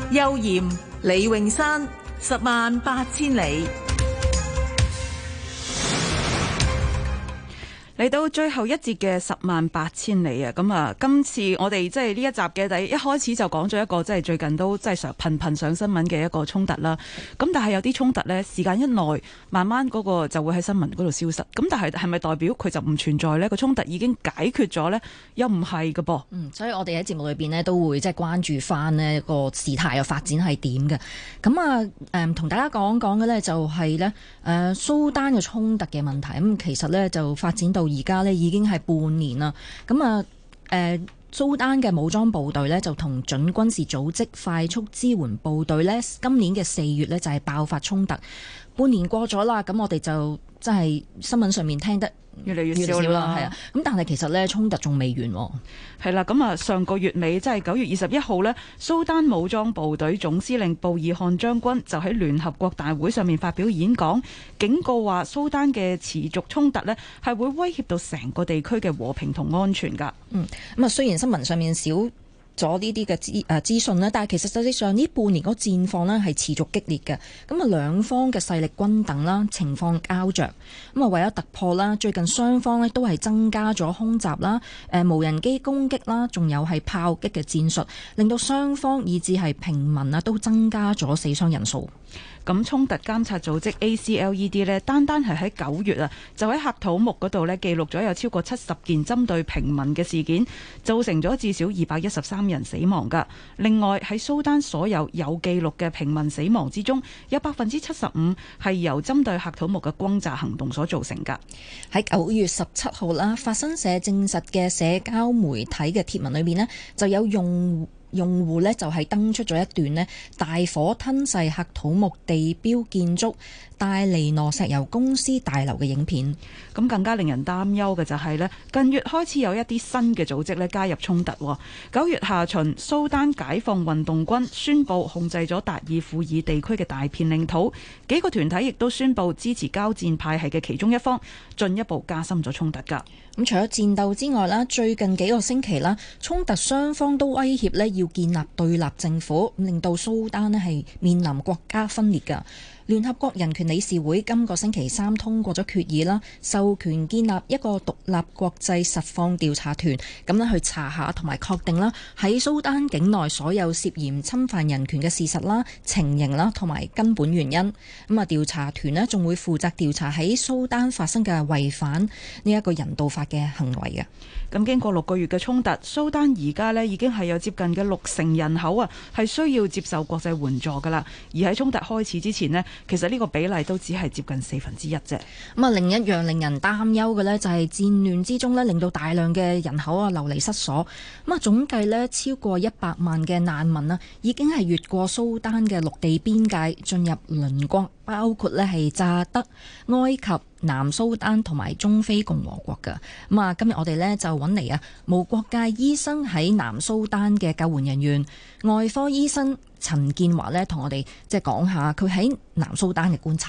邱賢、李永山，十萬八千里。 嚟到最後一節嘅十萬八千里啊！咁啊，今次我哋即係呢一集嘅一開始就講咗一個即係最近都即係頻頻上新聞嘅一個衝突啦。咁但係有啲衝突呢，時間一耐，慢慢嗰個就會喺新聞嗰度消失。咁但係係咪代表佢就唔存在呢？個衝突已經解決咗呢？又唔係㗎噃。 所以我哋喺節目裏邊呢，都會即係關注翻呢個事態嘅發展係點嘅。咁啊同大家講講嘅呢，就係呢蘇丹嘅衝突嘅問題。咁其實呢，就發展到而家呢已經係半年啦，咁啊蘇丹嘅武裝部隊呢，就同準軍事組織快速支援部隊呢，今年嘅4月呢，就係爆發衝突。半年過咗啦，咁我哋就真係新聞上面聽得越嚟越少啦， 係啊。咁但係其實呢，衝突仲未完喎。 係啦，咁啊上個月尾即係9月21號呢，蘇丹武裝部隊總司令布爾漢將軍就喺聯合國大會上面發表演講，警告話蘇丹嘅持續衝突呢係會威脅到成個地區嘅和平同安全㗎。 咁啊雖然新聞上面少咗呢啲嘅資訊啦，但係其實實際上呢半年嗰個戰況呢係持續激烈嘅，咁啊兩方嘅勢力均等啦，情況膠着。咁啊為咗突破啦，最近雙方呢都係增加咗空襲啦、無人機攻擊啦，仲有係炮擊嘅戰術，令到雙方以至係平民啊都增加咗死傷人數。 咁衝突監察組織 ACLED 呢，單係喺9月啊，就喺喀土穆嗰度呢記錄咗有超過70件針對平民嘅事件，造成咗至少213人死亡㗎。另外喺蘇丹所有記錄嘅平民死亡之中，有75%係由針對喀土穆嘅轟炸行動所造成㗎。 喺9月17號啦，法新社證實嘅社交媒體嘅貼文裏面呢，就有用戶呢就係登出咗一段呢大火吞噬喀土穆地標建築戴利諾石油公司大樓嘅影片。 咁更加令人擔憂嘅就係呢，近月開始有一啲新嘅組織呢加入衝突。9月下旬，蘇丹解放運動軍宣布控制咗達爾富爾地區嘅大片領土，幾個團體亦都宣布支持交戰派系嘅其中一方，進一步加深咗衝突㗎。 咁除咗戰鬥之外啦，最近幾個星期啦，衝突雙方都威脅呢要建立對立政府，令到蘇丹呢係面臨國家分裂㗎。聯合國人權理事會今個星期3通過咗決議啦，授權建立一個獨立國際實況調查團，咁呢去查下同埋確定啦喺蘇丹境內所有涉嫌侵犯人權嘅事實啦、情形啦同埋根本原因。咁啊，調查團呢仲會負責調查喺蘇丹發生嘅違反呢一個人道法嘅行為嘅。 咁經過6個月嘅衝突，蘇丹而家呢已經係有接近嘅60%人口啊係需要接受國際援助㗎啦。而喺衝突開始之前呢，其實呢個比例都只係接近1/4啫。 咁啊，另一樣令人擔憂嘅呢，就係戰亂之中呢，令到大量嘅人口啊流離失所。咁啊，總計呢，超過100萬嘅難民啊，已經係越過蘇丹嘅陸地邊界進入鄰國，包括呢係乍得、埃及、南蘇丹同埋中非共和國㗎。咁啊，今日我哋呢就揾嚟啊無國界醫生喺南蘇丹嘅救援人員外科醫生陳建華呢，同我哋即係講下佢喺南蘇丹嘅觀察。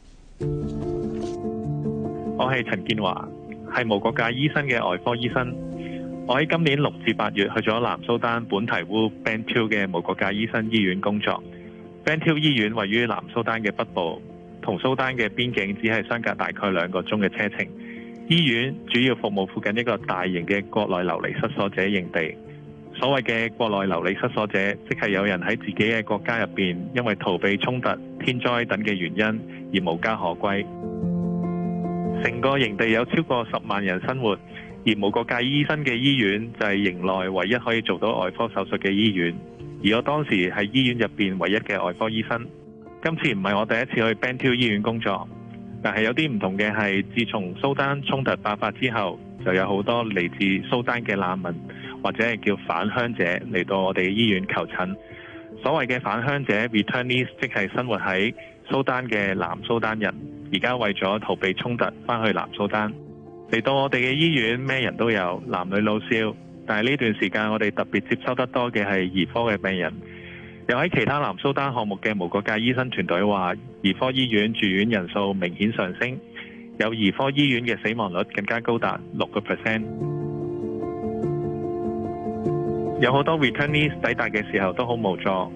我係陳建華，係無國界醫生嘅外科醫生。我喺今年6至8月去咗南蘇丹本提烏 Bantul 嘅無國界醫生醫院工作。Bantul 醫院位於南蘇丹嘅北部，同蘇丹嘅邊境只係相隔大概2個鐘嘅車程。醫院主要服務附近一個大型嘅國內流離失所者營地。所謂嘅國內流離失所者，即係有人喺自己嘅國家入邊，因為逃避衝突、天災等嘅原因而無家可歸。成個營地有超過10萬人生活，而無國界醫生嘅醫院就係營內唯一可以做到外科手術嘅醫院。而我當時係醫院入邊唯一嘅外科醫生。今次唔係我第一次去 Bantul 醫院工作，但係有啲唔同嘅係，自從蘇丹衝突爆發之後，就有好多嚟自蘇丹嘅難民或者係叫返鄉者嚟到我哋醫院求診。所謂嘅返鄉者 returnees， 即係生活喺蘇丹嘅南蘇丹人，而家為咗逃避衝突翻去南蘇丹嚟到我哋嘅醫院，咩人都有，男女老少。但係呢段時間我哋特別接收得多嘅係兒科嘅病人。又喺其他南蘇丹項目嘅無國界醫生團隊話，兒科醫院住院人數明顯上升，有兒科醫院嘅死亡率更加高達6%。有好多 returnees 抵達嘅時候都好無助，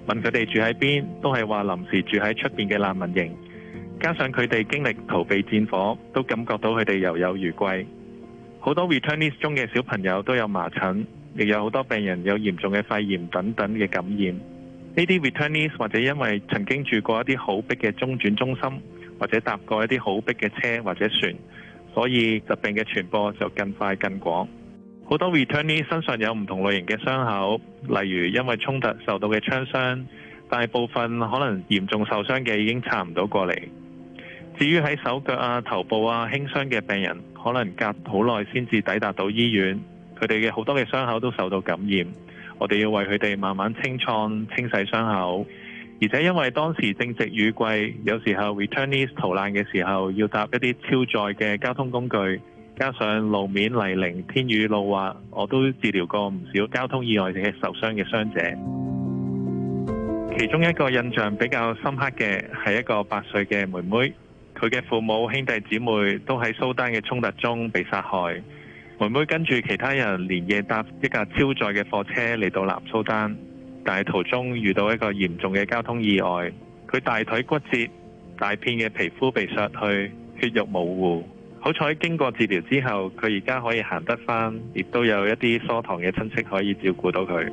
問佢哋住喺邊，都係話臨時住喺出邊嘅難民營。加上佢哋經歷逃避戰火，都感覺到佢哋猶有餘悸。好多 returnees 中嘅小朋友都有麻疹，亦有好多病人有嚴重嘅肺炎等等嘅感染。呢啲 returnees 或者因為曾經住過一啲好逼嘅中轉中心，或者搭過一啲好逼嘅車或者船，所以疾病嘅傳播就更快更廣。好多 returnees 身上有唔同類型嘅傷口，例如因為衝突受到嘅槍傷，大部分可能嚴重受傷嘅已經撐唔到過嚟。至於喺手腳啊、頭部啊輕傷嘅病人，可能隔好耐先至抵達到醫院，佢哋嘅好多嘅傷口都受到感染，我哋要為佢哋慢慢清創、清洗傷口。而且因為當時正值雨季，有時候 returnees 逃難嘅時候要搭一啲超載嘅交通工具，加上路面泥濘、天雨路滑，我都治療過唔少交通意外嘅受傷嘅傷者。其中一個印象比較深刻嘅係一個8歲嘅妹妹，佢嘅父母兄弟姊妹都喺蘇丹嘅衝突中被殺害。妹妹跟住其他人連夜搭一架超載嘅貨車嚟到南蘇丹，但係途中遇到一個嚴重嘅交通意外，佢大腿骨折，大片嘅皮膚被削去，血肉模糊。好彩經過治療之後，佢而家可以行得返，亦都有一啲疏堂嘅親戚可以照顧到佢。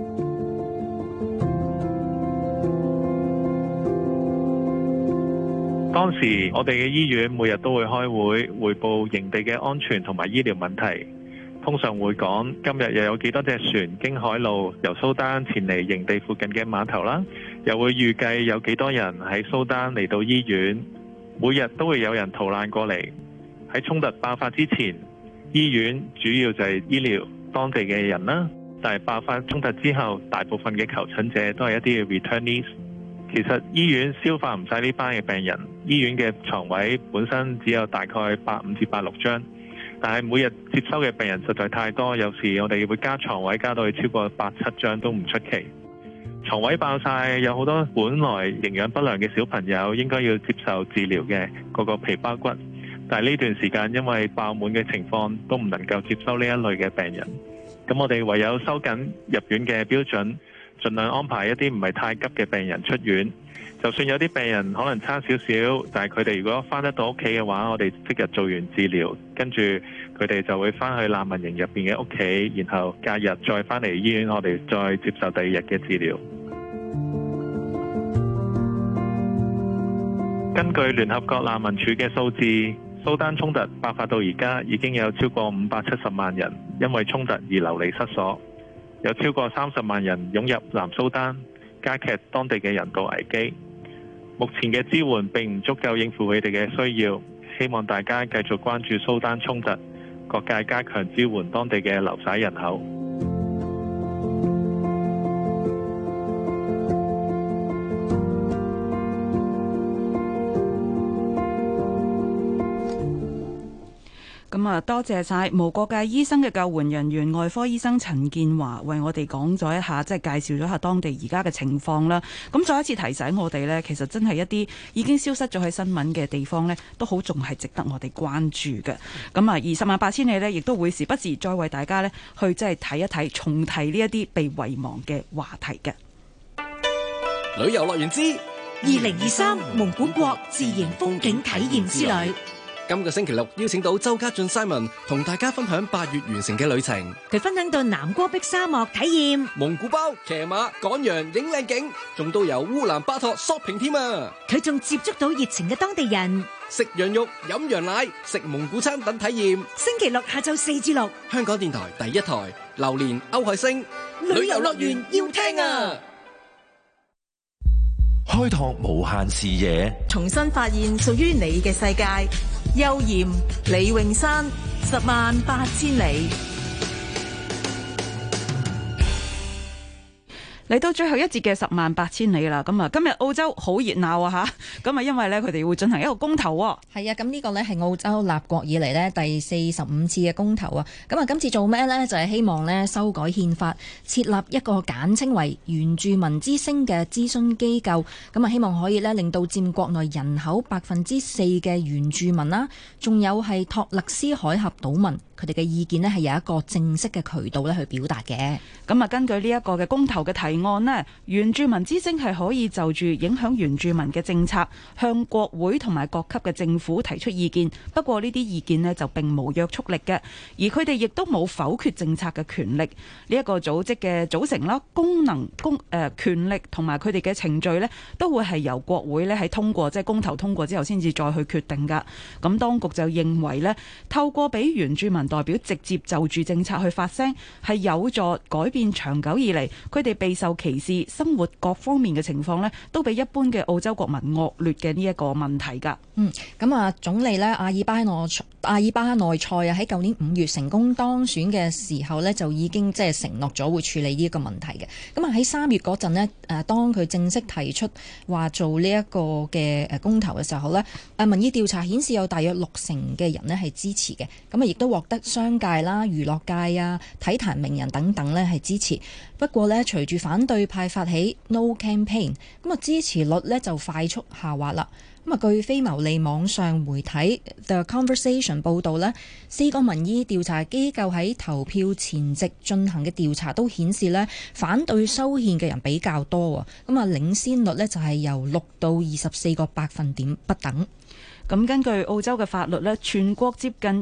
當時我哋嘅醫院每日都會開會匯報營地嘅安全同埋醫療問題，通常會講今日又有幾多隻船經海路由蘇丹前嚟營地附近嘅碼頭啦，又會預計有幾多人喺蘇丹嚟到醫院，每日都會有人逃難過嚟。喺衝突爆發之前，醫院主要就係醫療當地嘅人啦，但係爆發衝突之後，大部分嘅求診者都係一啲嘅 returnees。其實醫院消化唔晒呢班嘅病人，醫院嘅床位本身只有大概85至86張，但係每日接收嘅病人實在太多，有時我哋會加床位加到去超過8、7張都唔出奇。床位爆晒，有好多本來營養不良嘅小朋友應該要接受治療嘅，個皮包骨，但係呢段時間因為爆滿嘅情況，都唔能夠接收呢一類嘅病人。咁我哋唯有收緊入院嘅標準，盡量安排一啲唔係太急嘅病人出院。就算有啲病人可能差少少，但係佢哋如果返得到屋企嘅話，我哋即日做完治療，跟住佢哋就會返去難民營入邊嘅屋企，然後假日再返嚟醫院，我哋再接受第二日嘅治療。根據聯合國難民署嘅數字，蘇丹衝突爆發到而家已經有超過570萬人因為衝突而流離失所，有超過30萬人湧入南蘇丹，加劇當地嘅人道危機。目前嘅支援並唔足夠應付佢哋嘅需要，希望大家繼續關注蘇丹衝突，各界加強支援當地嘅流徙人口。 咁啊，多謝晒無國界醫生嘅救援人員外科醫生陳建華為我哋講咗一下，即係介紹咗下當地而家嘅情況啦。咁再一次提醒我哋呢，其實真係一啲已經消失咗喺新聞嘅地方呢，都好仲係值得我哋關注嘅。咁啊，而十萬八千里呢，亦都會時不時再為大家呢去即係睇一睇、重提呢一啲被遺忘嘅話題嘅。 旅遊樂園之 2023蒙古國自然風景體驗之旅。 今個星期六邀請到周家俊 Simon 同大家分享8月完成嘅旅程。 佢分享到南戈壁沙漠體驗、 蒙古包、騎馬、趕羊、影靚景，仲都有烏蘭巴托 shopping 添啊！ 佢仲接觸到熱情嘅當地人， 食羊肉、飲羊奶、食蒙古餐等體驗。 星期六下晝4至6， 香港電台第1台，榴蓮歐海星， 旅遊樂園要聽啊！ 開拓無限視野， 重新發現屬於你嘅世界。邱艷、李詠山，108000里。 嚟到最後一節嘅108000里啦，咁啊今日澳洲好熱鬧啊吓，咁啊因為咧佢哋會進行一個公投喎。 係啊，咁呢個呢係澳洲立國以嚟呢第45次嘅公投啊，咁啊今次做咩呢？就係希望呢修改憲法，設立一個簡稱為原住民之聲嘅諮詢機構，咁啊希望可以呢令到佔國內人口4%嘅原住民啦，仲有係托勒斯海峽島民佢哋嘅意見呢係有一個正式嘅渠道咧去表達嘅。 咁啊，根據呢一個嘅公投嘅提案呢，原住民之聲係可以就住影響原住民嘅政策向國會同埋各級嘅政府提出意見。不過呢啲意見呢就並無約束力嘅，而佢哋亦都冇否決政策嘅權力。呢一個組織嘅組成啦、功能、權力同埋佢哋嘅程序呢，都會係由國會呢喺通過即係公投通過之後先至再去決定㗎。咁當局就認為呢，透過俾原住民代表直接就住政策去發聲，係有助改變長久以嚟佢哋備受歧視、生活各方面嘅情況呢，都比一般嘅澳洲國民惡劣嘅呢一個問題㗎。 咁啊，總理呢，阿爾巴內塞啊，喺舊年5月成功當選嘅時候呢，就已經即係承諾咗會處理呢一個問題嘅。咁啊喺3月嗰陣呢，當佢正式提出話做呢一個嘅公投嘅時候呢，民意調查顯示有大約60%嘅人呢係支持嘅。咁啊，亦都獲得商界啦、娛樂界啊、體壇名人等等呢係支持。不過呢，隨住反對派發起 No Campaign， 咁啊支持率呢就快速下滑啦。咁啊，據非牟利網上媒體 The Conversation 報導呢，4個民意調查機構喺投票前夕進行嘅調查都顯示呢，反對修憲嘅人比較多啊。咁啊，領先率呢就係由6到24個百分點不等。 咁根據澳洲嘅法律呢，全國接近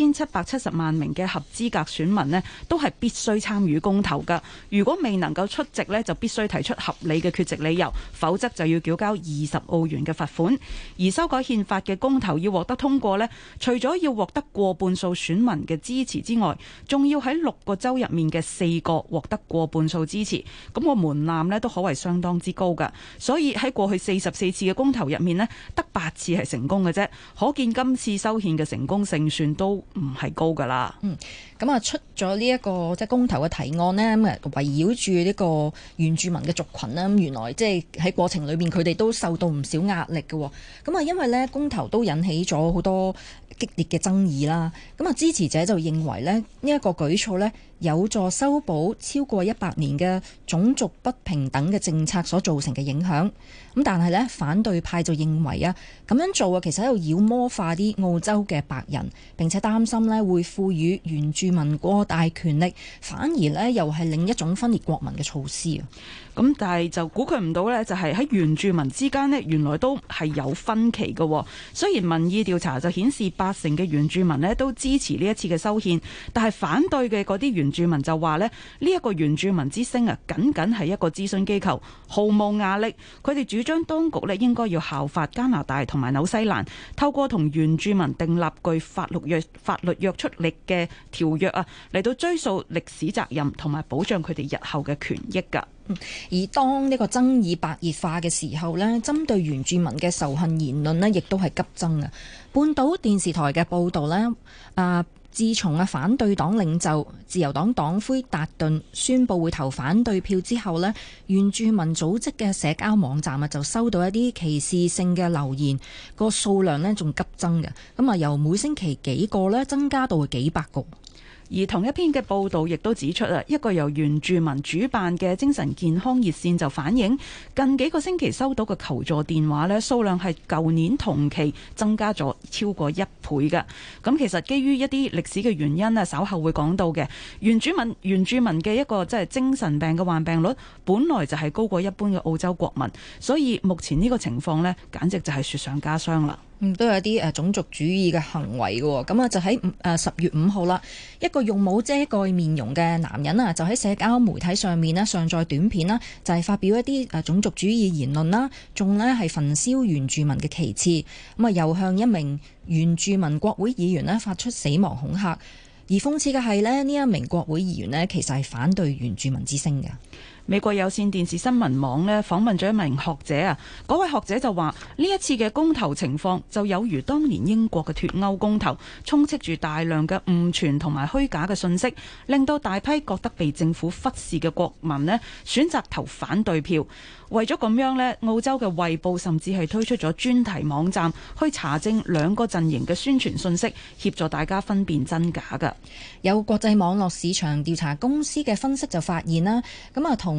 1770萬名嘅合資格選民呢，都係必須參與公投㗎。如果未能夠出席呢，就必須提出合理嘅缺席理由，否則就要繳交20澳元嘅罰款。而修改憲法嘅公投要獲得通過呢，除咗要獲得過半數選民嘅支持之外，仲要喺6個州入面嘅4個獲得過半數支持。咁個門檻呢都可謂相當之高㗎。所以喺過去44次嘅公投入面呢，得8次係成功嘅啫，可見今次修憲嘅成功勝算都唔係高噶啦。 咁啊出咗呢一個即係公投嘅提案呢，咁啊圍繞住呢個原住民嘅族群啦，咁原來即係喺過程裏邊佢哋都受到唔少壓力嘅。咁啊因為呢公投都引起咗好多激烈嘅爭議啦。咁啊支持者就認為呢一個舉措呢，有助修補超過100年嘅種族不平等嘅政策所造成嘅影響。咁但係呢，反對派就認為啊，咁樣做啊，其實喺度妖魔化啲澳洲嘅白人，並且擔心呢會賦予原住民過大權力，反而呢又係另一種分裂國民嘅措施啊。 咁但係就估佢唔到呢，就係喺原住民之間呢，原來都係有分歧嘅。雖然民意調查就顯示80%嘅原住民呢都支持呢一次嘅修憲，但係反對嘅嗰啲原住民就話呢，呢一個原住民之聲啊，僅僅係一個諮詢機構，毫無壓力。佢哋主張當局呢應該要效法加拿大同埋紐西蘭，透過同原住民訂立具法律約束力嘅條約啊，嚟到追溯歷史責任同埋保障佢哋日後嘅權益㗎。 而當呢個爭議白熱化嘅時候呢，針對原住民嘅仇恨言論呢亦都係急增啊！半島電視台嘅報導呢，自從反對黨領袖自由黨黨魁達頓宣布會投反對票之後呢，原住民組織嘅社交網站就收到一啲歧視性嘅留言，個數量呢仲急增嘅，咁啊由每星期幾個呢增加到幾百個。 而同一篇嘅報導亦都指出啊，一個由原住民主辦嘅精神健康熱線就反映，近幾個星期收到嘅求助電話呢，數量係舊年同期增加咗超過1倍嘅。咁其實基於一啲歷史嘅原因啊，稍後會講到嘅原住民嘅一個即係精神病嘅患病率，本來就係高過一般嘅澳洲國民，所以目前呢個情況呢，簡直就係雪上加霜啦。 都有啲種族主義嘅行為嘅，咁啊就喺10月5號啦，一個用帽遮蓋面容嘅男人啊，就喺社交媒體上面上載短片啦，就係發表一啲種族主義言論啦，仲呢係焚燒原住民嘅旗幟，咁啊又向一名原住民國會議員呢發出死亡恐嚇。而諷刺嘅係呢一名國會議員呢，其實係反對原住民之聲嘅。 美國有線電視新聞網呢訪問咗一名學者啊，嗰位學者就話呢一次嘅公投情況就有如當年英國嘅脫歐公投，充斥住大量嘅誤傳同埋虛假嘅信息，令到大批覺得被政府忽視嘅國民呢選擇投反對票。為咗咁樣呢，澳洲嘅衛報甚至係推出咗專題網站去查證兩個陣營嘅宣傳信息，協助大家分辨真假㗎。 有國際網絡市場調查公司嘅分析就發現啦，咁啊同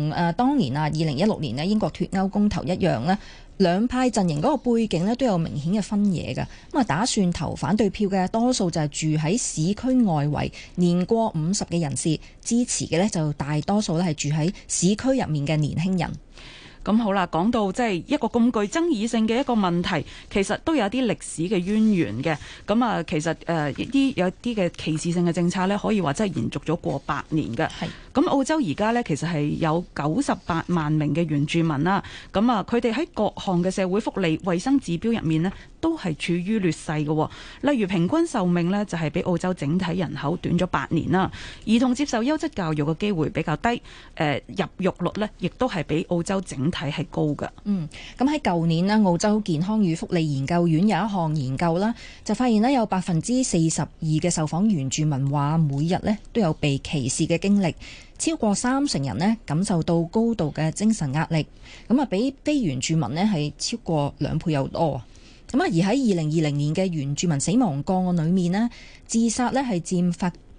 同當年2016年英國脫歐公投一樣咧，兩派陣營嗰個背景咧都有明顯嘅分野㗎。咁啊，打算投反對票嘅多數就係住喺市區外圍年過50嘅人士，支持嘅咧就大多數咧係住喺市區入面嘅年輕人。 咁好啦，講到即係一個咁具爭議性嘅一個問題，其實都有啲歷史嘅淵源嘅。咁啊，其實有啲嘅歧視性嘅政策呢，可以話真係延續咗過百年嘅。咁澳洲而家呢，其實係有98萬名嘅原住民啦。咁啊，佢哋喺各項嘅社會福利、衛生指標入面呢，都係處於劣勢嘅。例如平均壽命呢，就係比澳洲整體人口短咗8年啦。兒童接受優質教育嘅機會比較低，入獄率呢，亦都係比澳洲整體係高嘅。 咁喺舊年呢，澳洲健康與福利研究院有一項研究啦，就發現呢，有42%嘅受訪原住民話每日呢都有被歧視嘅經歷，超過30%人呢感受到高度嘅精神壓力，咁啊比非原住民呢係超過2倍有多。咁啊，而喺2020年嘅原住民死亡個案裏面呢，自殺呢係佔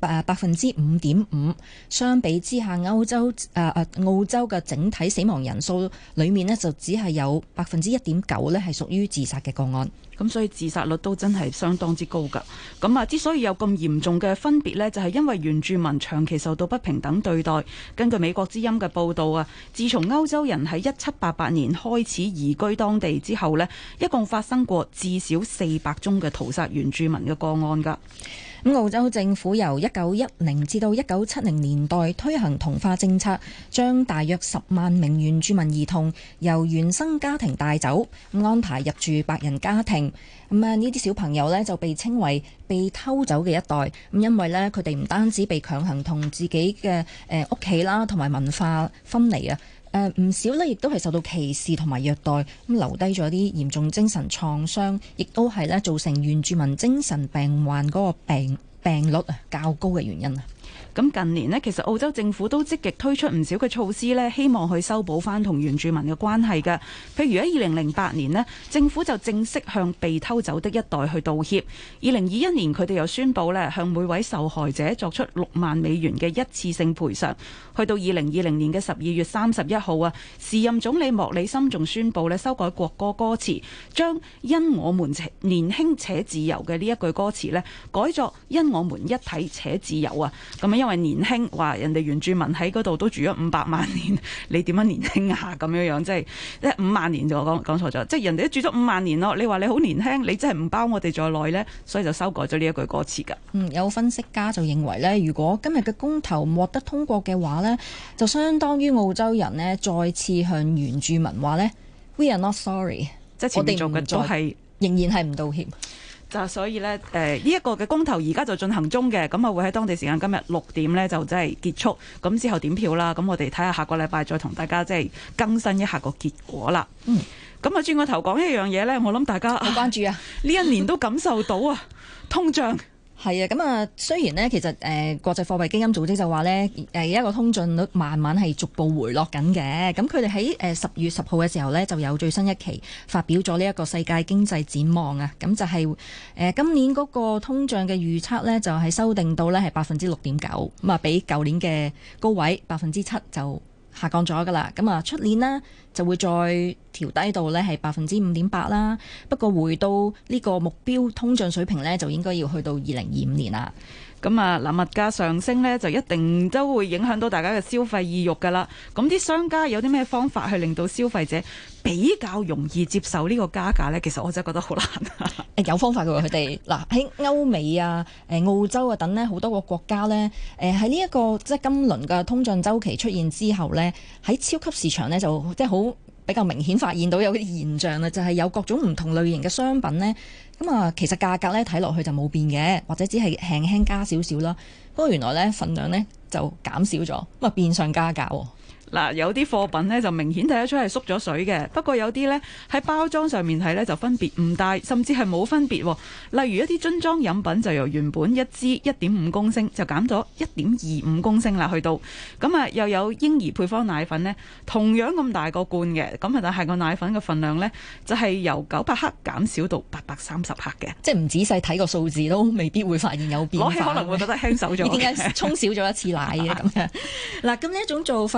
5.5%，相比之下，澳洲嘅整體死亡人數裏面呢，就只係有1.9%呢係屬於自殺嘅個案。 咁所以自殺率都真係相當之高㗎。咁啊，之所以有咁嚴重嘅分別呢，就係因為原住民長期受到不平等對待。根據美國之音嘅報導啊，自從歐洲人喺1788年開始移居當地之後呢，一共發生過至少400宗嘅屠殺原住民嘅個案㗎。 咁澳洲政府由1910至到1970年代推行同化政策，將大約10萬名原住民兒童由原生家庭帶走，安排入住白人家庭。呢啲小朋友呢，就被稱為被偷走嘅一代。因為呢，佢哋唔單止被強行同自己嘅屋企啦同埋文化分離啊，唔少呢亦都係受到歧視同埋虐待，咁留低咗啲嚴重精神創傷，亦都係呢造成原住民精神病患嗰個病率較高嘅原因啊。 咁近年呢，其實澳洲政府都積極推出唔少嘅措施呢，希望去修補翻同原住民嘅關係嘅。譬如喺2008年呢，政府就正式向被偷走的一代去道歉。2021年佢哋又宣布呢，向每位受害者作出$6萬嘅一次性賠償。去到2020年嘅12月31號啊，時任總理莫里森仲宣布呢，修改國歌歌詞，將因我們年輕且自由嘅呢一句歌詞呢，改作因我們一體且自由啊。咁因為年輕，話人哋原住民喺嗰度都住咗500萬年，你點樣年輕啊？咁樣即係5萬年，我講錯咗，即係人哋都住咗5萬年咯。你話你好年輕，你真係唔包我哋在內呢，所以就修改咗呢一句歌詞㗎。 有分析家就認為呢，如果今日嘅公投獲得通過嘅話呢，就相當於澳洲人呢再次向原住民話呢 We are not sorry， 即係前面做嘅都係仍然係唔道歉。 就所以呢，呢一個嘅公投而家就進行中嘅，咁啊會喺當地時間今日6點呢就真係結束，咁之後點票啦，咁我哋睇下下個禮拜再同大家即係更新一下個結果啦。咁啊轉個頭講一樣嘢呢，我諗大家好關注啊， 呢一年都感受到啊，通脹。 係啊，咁啊，雖然呢，其實國際貨幣基金組織就話呢，一個通脹率慢慢係逐步回落緊嘅。咁佢哋喺10月10號嘅時候呢，就有最新一期發表咗呢一個世界經濟展望啊。咁就係今年嗰個通脹嘅預測呢，就係修訂到呢係6.9%，咁啊比舊年嘅高位7%就下降咗噶啦。咁啊出年呢，就會再調低到呢係5.8%啦。不過回到呢個目標通脹水平呢，就應該要去到2025年啦。 咁啊嗱，物價上升呢，就一定都會影響到大家嘅消費意欲噶啦。咁啲商家有啲咩方法去令到消費者比較容易接受呢個加價呢？其實我真係覺得好難。 有方法嘅喎，佢哋嗱喺歐美啊、澳洲啊等呢好多個國家呢，喺呢一個即係今輪嘅通脹週期出現之後呢，喺超級市場呢，就即係好比較明顯發現到有啲現象啦，就係有各種唔同類型嘅商品呢。咁啊，其實價格呢睇落去就冇變嘅，或者只係輕輕加少少啦。不過原來呢份量呢就減少咗，咁啊變相加價喎。 嗱，有啲貨品呢就明顯睇得出係縮咗水嘅，不過有啲呢喺包裝上面睇呢就分別唔大，甚至係冇分別。例如一啲樽裝飲品就由原本一支1.5公升就減咗1.25公升啦，去到咁啊，又有嬰兒配方奶粉呢，同樣咁大個罐嘅，咁啊但係個奶粉嘅份量呢，就係由900克減少到830克嘅， 即係唔仔細睇個數字都未必會發現有變化。 攞起可能會覺得輕手咗， 點解沖少咗一次奶嘅咁樣？嗱，咁呢一種做法呢，係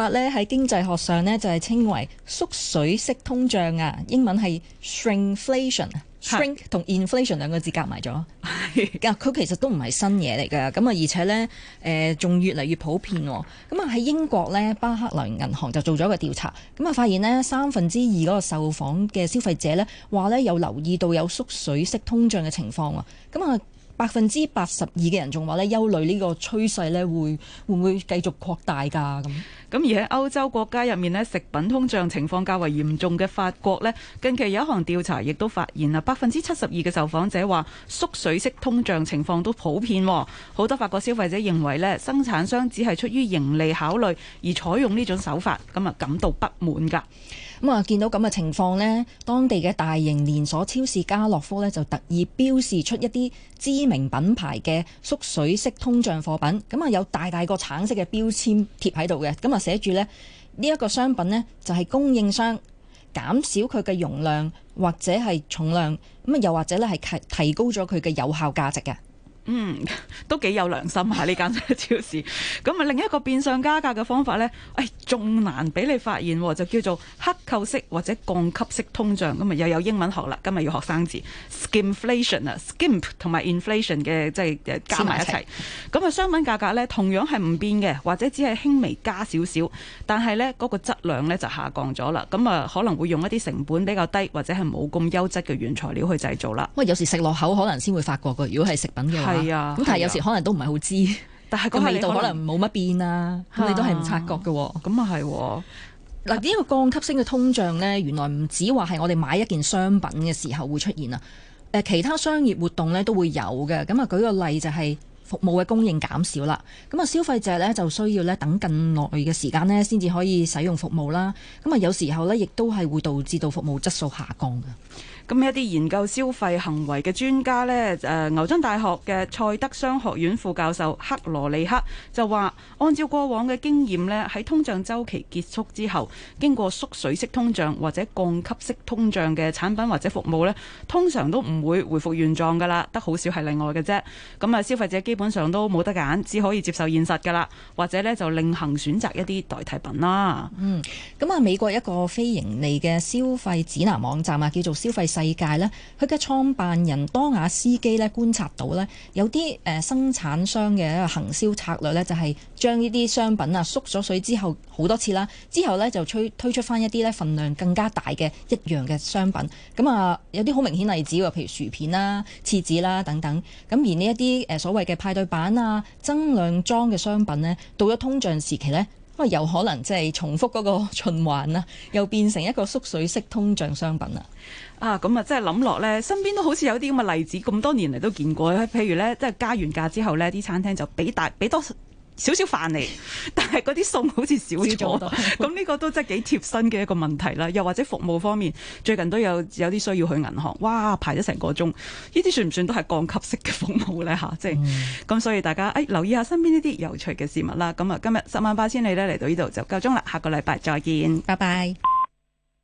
喺經濟學上呢，就係稱為縮水式通脹啊，英文係 shrinkflation。shrink 同 inflation 兩個字夾埋咗，佢其實都唔係新嘢嚟㗎，咁啊而且呢，仲越嚟越普遍喎。咁啊喺英國呢，巴克萊銀行就做咗個調查，咁啊發現呢，2/3嗰個受訪嘅消費者呢話呢有留意到有縮水式通脹嘅情況喎，咁啊82%嘅人仲話呢憂慮呢個趨勢呢會唔會繼續擴大㗎咁。 咁而喺歐洲國家入面呢，食品通脹情況較為嚴重嘅法國呢，近期有一項調查亦都發現啊，72%嘅受訪者話縮水式通脹情況都普遍。好多法國消費者認為呢，生產商只係出於盈利考慮而採用呢種手法，咁啊感到不滿㗎。 咁啊，見到咁嘅情況呢，當地嘅大型連鎖超市家樂福呢就特意標示出一啲知名品牌嘅縮水式通脹貨品，咁啊有大大個橙色嘅標籤貼喺度嘅，咁啊寫住呢一個商品呢就係供應商減少佢嘅容量或者係重量，咁啊又或者呢係提高咗佢嘅有效價值嘅。 都幾有良心嚇呢間超市。咁啊，另一個變相加價嘅方法呢，仲難俾你發現，就叫做克扣式或者降級式通脹。咁啊，又有英文學啦，今日要學生字 skimflation 啊 ，skimp 同埋 inflation 嘅即係加埋一齊。咁啊，商品價格呢，同樣係唔變嘅，或者只係輕微加少少，但係呢嗰個質量呢就下降咗啦。咁啊，可能會用一啲成本比較低或者係冇咁優質嘅原材料去製造啦。 有時食落口可能先會發覺㗎，如果係食品嘅話。係啊，咁但係有時可能都唔係好知，但係個味道可能冇乜變啊，咁你都係唔察覺嘅。 咁啊係嗱，呢個降級式嘅通脹呢，原來唔止話係我哋買一件商品嘅時候會出現啊，其他商業活動呢都會有嘅。咁啊，舉個例就係服務嘅供應減少啦，咁啊消費者呢就需要呢等更耐嘅時間呢先至可以使用服務啦。咁啊有時候呢亦都係會導致到服務質素下降嘅。 咁一啲研究消費行為嘅專家呢，牛津大學嘅塞德商學院副教授克羅利克就話，按照過往嘅經驗呢，喺通脹週期結束之後，經過縮水式通脹或者降級式通脹嘅產品或者服務呢，通常都唔會回復原狀㗎啦，得好少係例外嘅啫。咁啊，消費者基本上都冇得揀，只可以接受現實㗎啦，或者呢就另行選擇一啲代替品啦。 咁啊，美國一個非盈利嘅消費指南網站啊，叫做消費世界咧，佢嘅創辦人多瓦斯基咧觀察到咧，有啲生產商嘅一個行銷策略咧，就係將呢啲商品啊縮咗水之後好多次啦，之後咧就推出翻一啲咧份量更加大嘅一樣嘅商品。咁啊，有啲好明顯例子喎，譬如薯片啦、廁紙啦等等。咁而呢一啲所謂嘅派對版啊、增量裝嘅商品呢，到咗通脹時期呢，有可能即係重複嗰個循環啊，又變成一個縮水式通脹商品啦。 咁啊，即係諗落呢，身邊都好似有啲咁嘅例子，咁多年嚟都見過。譬如呢，即係加完價之後呢，啲餐廳就俾多少少飯嚟，但係嗰啲餸好似少咗。咁呢個都真係幾貼身嘅一個問題啦。又或者服務方面，最近都有啲需要去銀行，哇，排咗成個鐘。呢啲算唔算都係降級式嘅服務呢？即係咁，所以大家留意下身邊呢啲有趣嘅事物啦。咁啊，今日10萬8千里呢嚟到呢度就夠鐘啦，下個禮拜再見， 拜拜。